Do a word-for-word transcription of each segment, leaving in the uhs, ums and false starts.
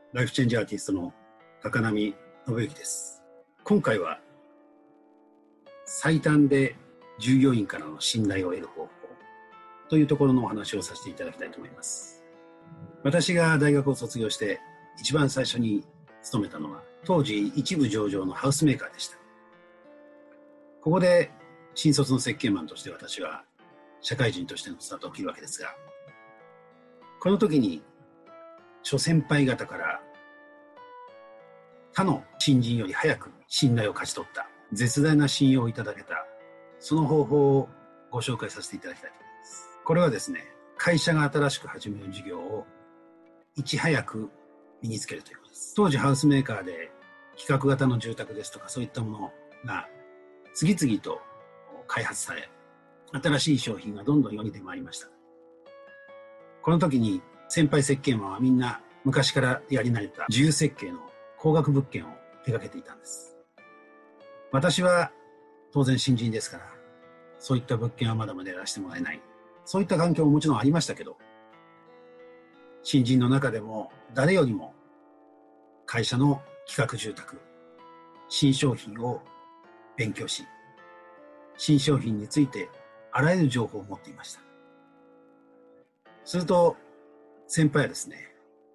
ライフチェンジアーティストの高波信之です。今回は最短で従業員からの信頼を得る方法というところのお話をさせていただきたいと思います。私が大学を卒業して一番最初に勤めたのは当時一部上場のハウスメーカーでした。ここで新卒の設計マンとして私は社会人としてのスタートを切るわけですが、この時に諸先輩方から他の新人より早く信頼を勝ち取った絶大な信用をいただけた、その方法をご紹介させていただきたいと思います。これはですね、会社が新しく始める事業をいち早く身につけるということです。当時ハウスメーカーで規格型の住宅ですとかそういったものが次々と開発され、新しい商品がどんどん世に出回りました。この時に先輩設計マンはみんな昔からやり慣れた自由設計の高額物件を手掛けていたんです。私は当然新人ですから、そういった物件はまだまだやらせてもらえない。そういった環境ももちろんありましたけど、新人の中でも誰よりも会社の企画住宅、新商品を勉強し、新商品についてあらゆる情報を持っていました。すると先輩はですね、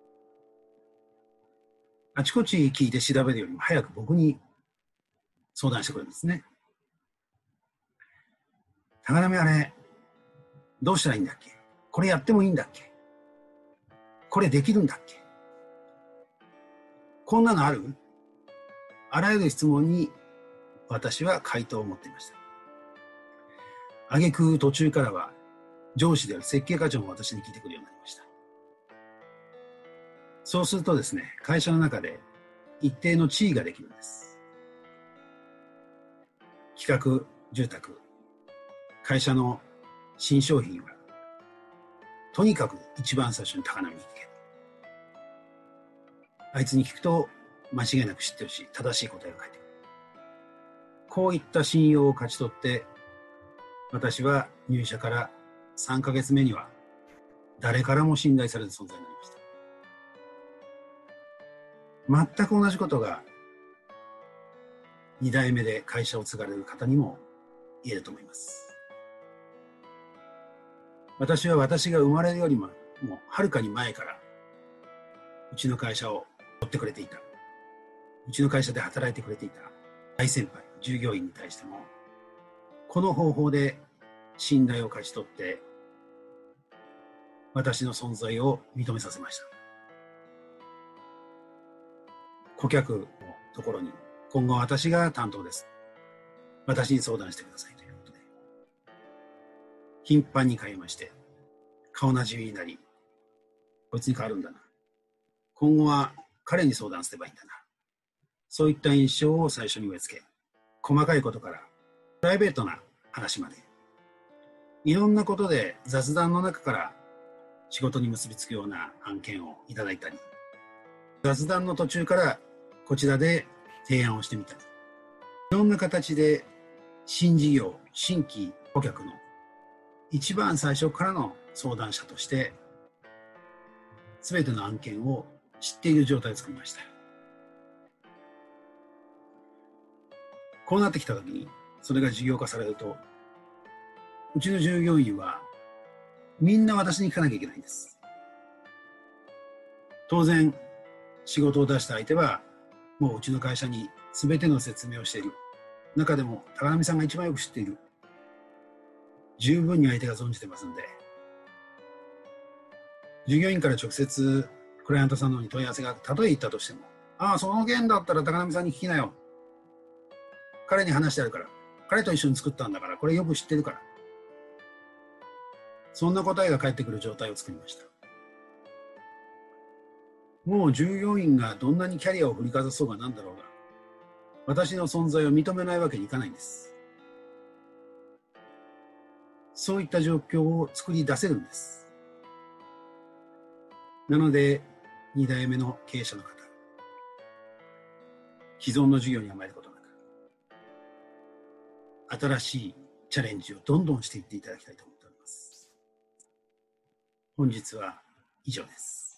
あちこち聞いて調べるよりも早く僕に相談してくれるんですね。高波あれどうしたらいいんだっけ、これやってもいいんだっけ、これできるんだっけ、こんなのある？あらゆる質問に私は回答を持っていました。挙句途中からは上司である設計課長も私に聞いてくるようになりました。そうするとですね、会社の中で一定の地位ができるんです。企画住宅、会社の新商品はとにかく一番最初に高波に聞け。あいつに聞くと間違いなく知ってるし、正しい答えが返ってくる。こういった信用を勝ち取って、私は入社からさんかげつめには誰からも信頼される存在になりました。全く同じことがに代目で会社を継がれる方にも言えると思います。私は私が生まれるよりももうはるかに前からうちの会社を追ってくれていた、うちの会社で働いてくれていた大先輩従業員に対してもこの方法で信頼を勝ち取って私の存在を認めさせました。顧客のところに今後私が担当です、私に相談してくださいということで頻繁に通いまして、顔なじみになり、こいつに変わるんだな、今後は彼に相談すればいいんだな、そういった印象を最初に植え付け、細かいことからプライベートな話までいろんなことで雑談の中から仕事に結びつくような案件をいただいたり、雑談の途中からこちらで提案をしてみたり、いろんな形で新事業、新規顧客の一番最初からの相談者として全ての案件を知っている状態を作りました。こうなってきたときにそれが事業化されると、うちの従業員はみんな私に聞かなきゃいけないんです。当然仕事を出した相手はもううちの会社に全ての説明をしている。中でも高波さんが一番よく知っている。十分に相手が存じてますんで、従業員から直接クライアントさんの方に問い合わせがたとえ行ったとしても、ああその件だったら高波さんに聞きなよ、彼に話してあるから、彼と一緒に作ったんだからこれよく知ってるから、そんな答えが返ってくる状態を作りました。もう従業員がどんなにキャリアを振りかざそうがなんだろうが、私の存在を認めないわけにいかないんです。そういった状況を作り出せるんです。なのでに代目の経営者の方、既存の事業に甘えることなく新しいチャレンジをどんどんしていっていただきたいと思っております。本日は以上です。